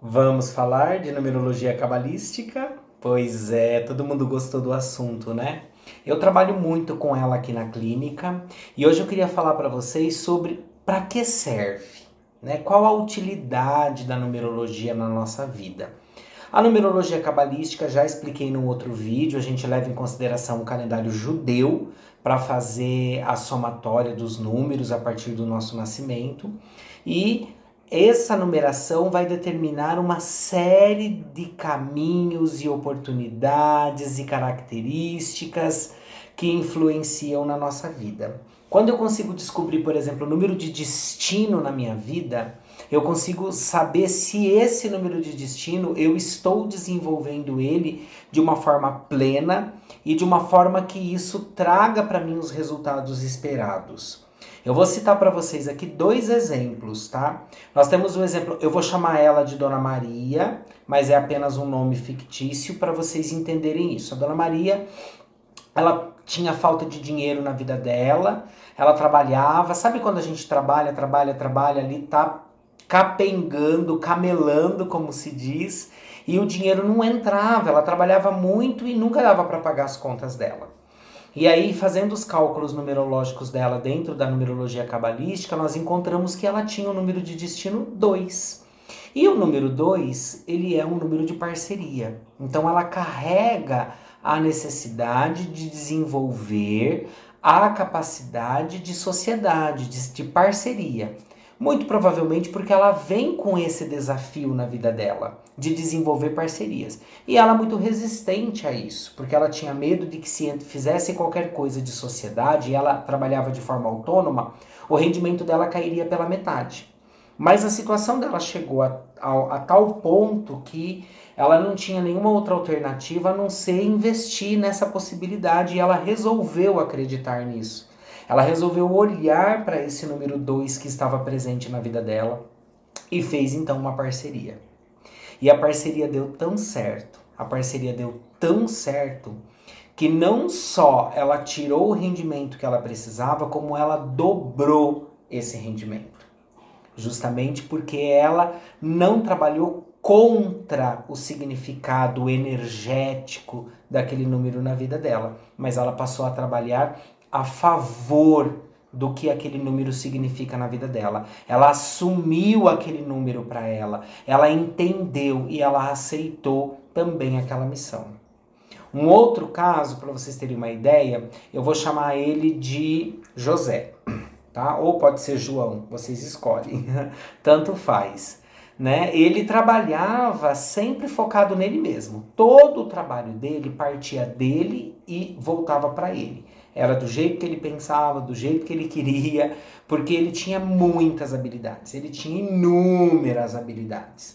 Vamos falar de numerologia cabalística? Pois é, todo mundo gostou do assunto, né? Eu trabalho muito com ela aqui na clínica e hoje eu queria falar para vocês sobre para que serve, né? Qual a utilidade da numerologia na nossa vida? A numerologia cabalística, já expliquei num outro vídeo, a gente leva em consideração o calendário judeu para fazer a somatória dos números a partir do nosso nascimento e essa numeração vai determinar uma série de caminhos e oportunidades e características que influenciam na nossa vida. Quando eu consigo descobrir, por exemplo, o número de destino na minha vida, eu consigo saber se esse número de destino eu estou desenvolvendo ele de uma forma plena e de uma forma que isso traga para mim os resultados esperados. Eu vou citar para vocês aqui dois exemplos, tá? Nós temos um exemplo, eu vou chamar ela de Dona Maria, mas é apenas um nome fictício para vocês entenderem isso. A Dona Maria, ela tinha falta de dinheiro na vida dela, ela trabalhava, sabe quando a gente trabalha ali, tá capengando, camelando, como se diz, e o dinheiro não entrava, ela trabalhava muito e nunca dava para pagar as contas dela. E aí, fazendo os cálculos numerológicos dela dentro da numerologia cabalística, nós encontramos que ela tinha o número de destino 2. E o número 2, ele é um número de parceria. Então ela carrega a necessidade de desenvolver a capacidade de sociedade, de parceria. Muito provavelmente porque ela vem com esse desafio na vida dela, de desenvolver parcerias. E ela é muito resistente a isso, porque ela tinha medo de que se fizesse qualquer coisa de sociedade e ela trabalhava de forma autônoma, o rendimento dela cairia pela metade. Mas a situação dela chegou a tal ponto que ela não tinha nenhuma outra alternativa a não ser investir nessa possibilidade e ela resolveu acreditar nisso. Ela resolveu olhar para esse número 2 que estava presente na vida dela e fez então uma parceria. E a parceria deu tão certo, que não só ela tirou o rendimento que ela precisava, como ela dobrou esse rendimento. Justamente porque ela não trabalhou contra o significado energético daquele número na vida dela, mas ela passou a trabalhar a favor do que aquele número significa na vida dela. Ela assumiu aquele número para ela, ela entendeu e ela aceitou também aquela missão. Um outro caso, para vocês terem uma ideia, eu vou chamar ele de José, tá? Ou pode ser João, vocês escolhem, tanto faz. Né? Ele trabalhava sempre focado nele mesmo. Todo o trabalho dele partia dele e voltava para ele. Era do jeito que ele pensava, do jeito que ele queria, porque ele tinha muitas habilidades, ele tinha inúmeras habilidades.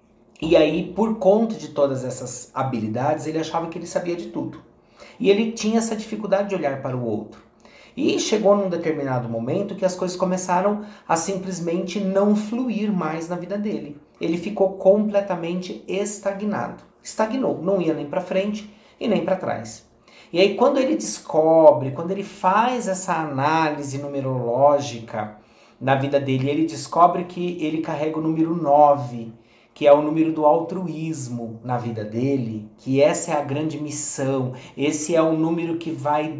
E aí, por conta de todas essas habilidades, ele achava que ele sabia de tudo. E ele tinha essa dificuldade de olhar para o outro. E chegou num determinado momento que as coisas começaram a simplesmente não fluir mais na vida dele. Ele ficou completamente estagnado. Estagnou, não ia nem para frente e nem para trás. E aí quando ele descobre, quando ele faz essa análise numerológica na vida dele, ele descobre que ele carrega o número 9, que é o número do altruísmo na vida dele, que essa é a grande missão, esse é o número que vai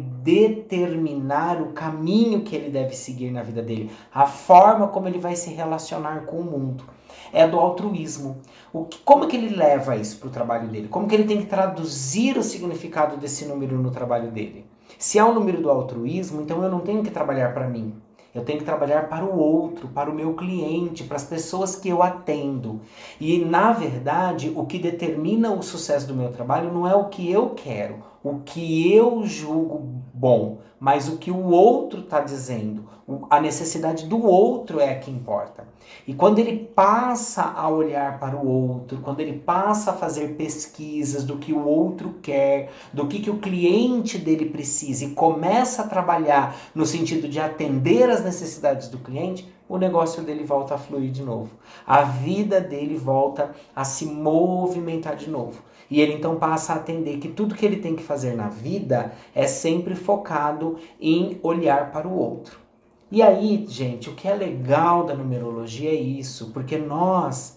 determinar o caminho que ele deve seguir na vida dele, a forma como ele vai se relacionar com o mundo. É do altruísmo. Como que ele leva isso para o trabalho dele? Como que ele tem que traduzir o significado desse número no trabalho dele? Se é o número do altruísmo, então eu não tenho que trabalhar para mim. Eu tenho que trabalhar para o outro, para o meu cliente, para as pessoas que eu atendo. E, na verdade, o que determina o sucesso do meu trabalho não é o que eu quero, o que eu julgo bom, mas o que o outro está dizendo. A necessidade do outro é a que importa. E quando ele passa a olhar para o outro, quando ele passa a fazer pesquisas do que o outro quer, do que o cliente dele precisa e começa a trabalhar no sentido de atender as necessidades do cliente, o negócio dele volta a fluir de novo. A vida dele volta a se movimentar de novo. E ele então passa a atender que tudo que ele tem que fazer na vida é sempre focado em olhar para o outro. E aí, gente, o que é legal da numerologia é isso, porque nós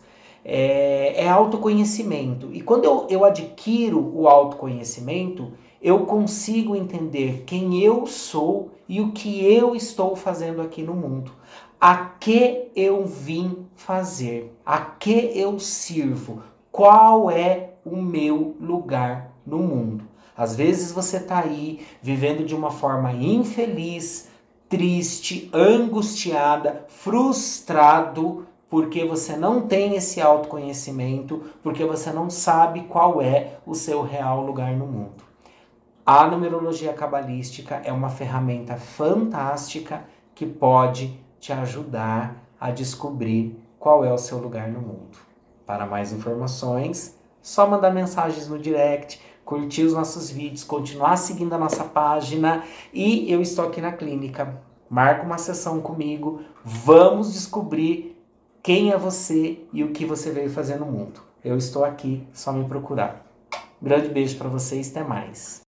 é autoconhecimento. E quando eu adquiro o autoconhecimento, eu consigo entender quem eu sou e o que eu estou fazendo aqui no mundo. A que eu vim fazer? A que eu sirvo? Qual é o meu lugar no mundo? Às vezes você está aí vivendo de uma forma infeliz, triste, angustiada, frustrado, porque você não tem esse autoconhecimento, porque você não sabe qual é o seu real lugar no mundo. A numerologia cabalística é uma ferramenta fantástica que pode te ajudar a descobrir qual é o seu lugar no mundo. Para mais informações, só mandar mensagens no direct, curtir os nossos vídeos, continuar seguindo a nossa página e eu estou aqui na clínica. Marca uma sessão comigo, vamos descobrir quem é você e o que você veio fazer no mundo. Eu estou aqui, só me procurar. Grande beijo para vocês, até mais.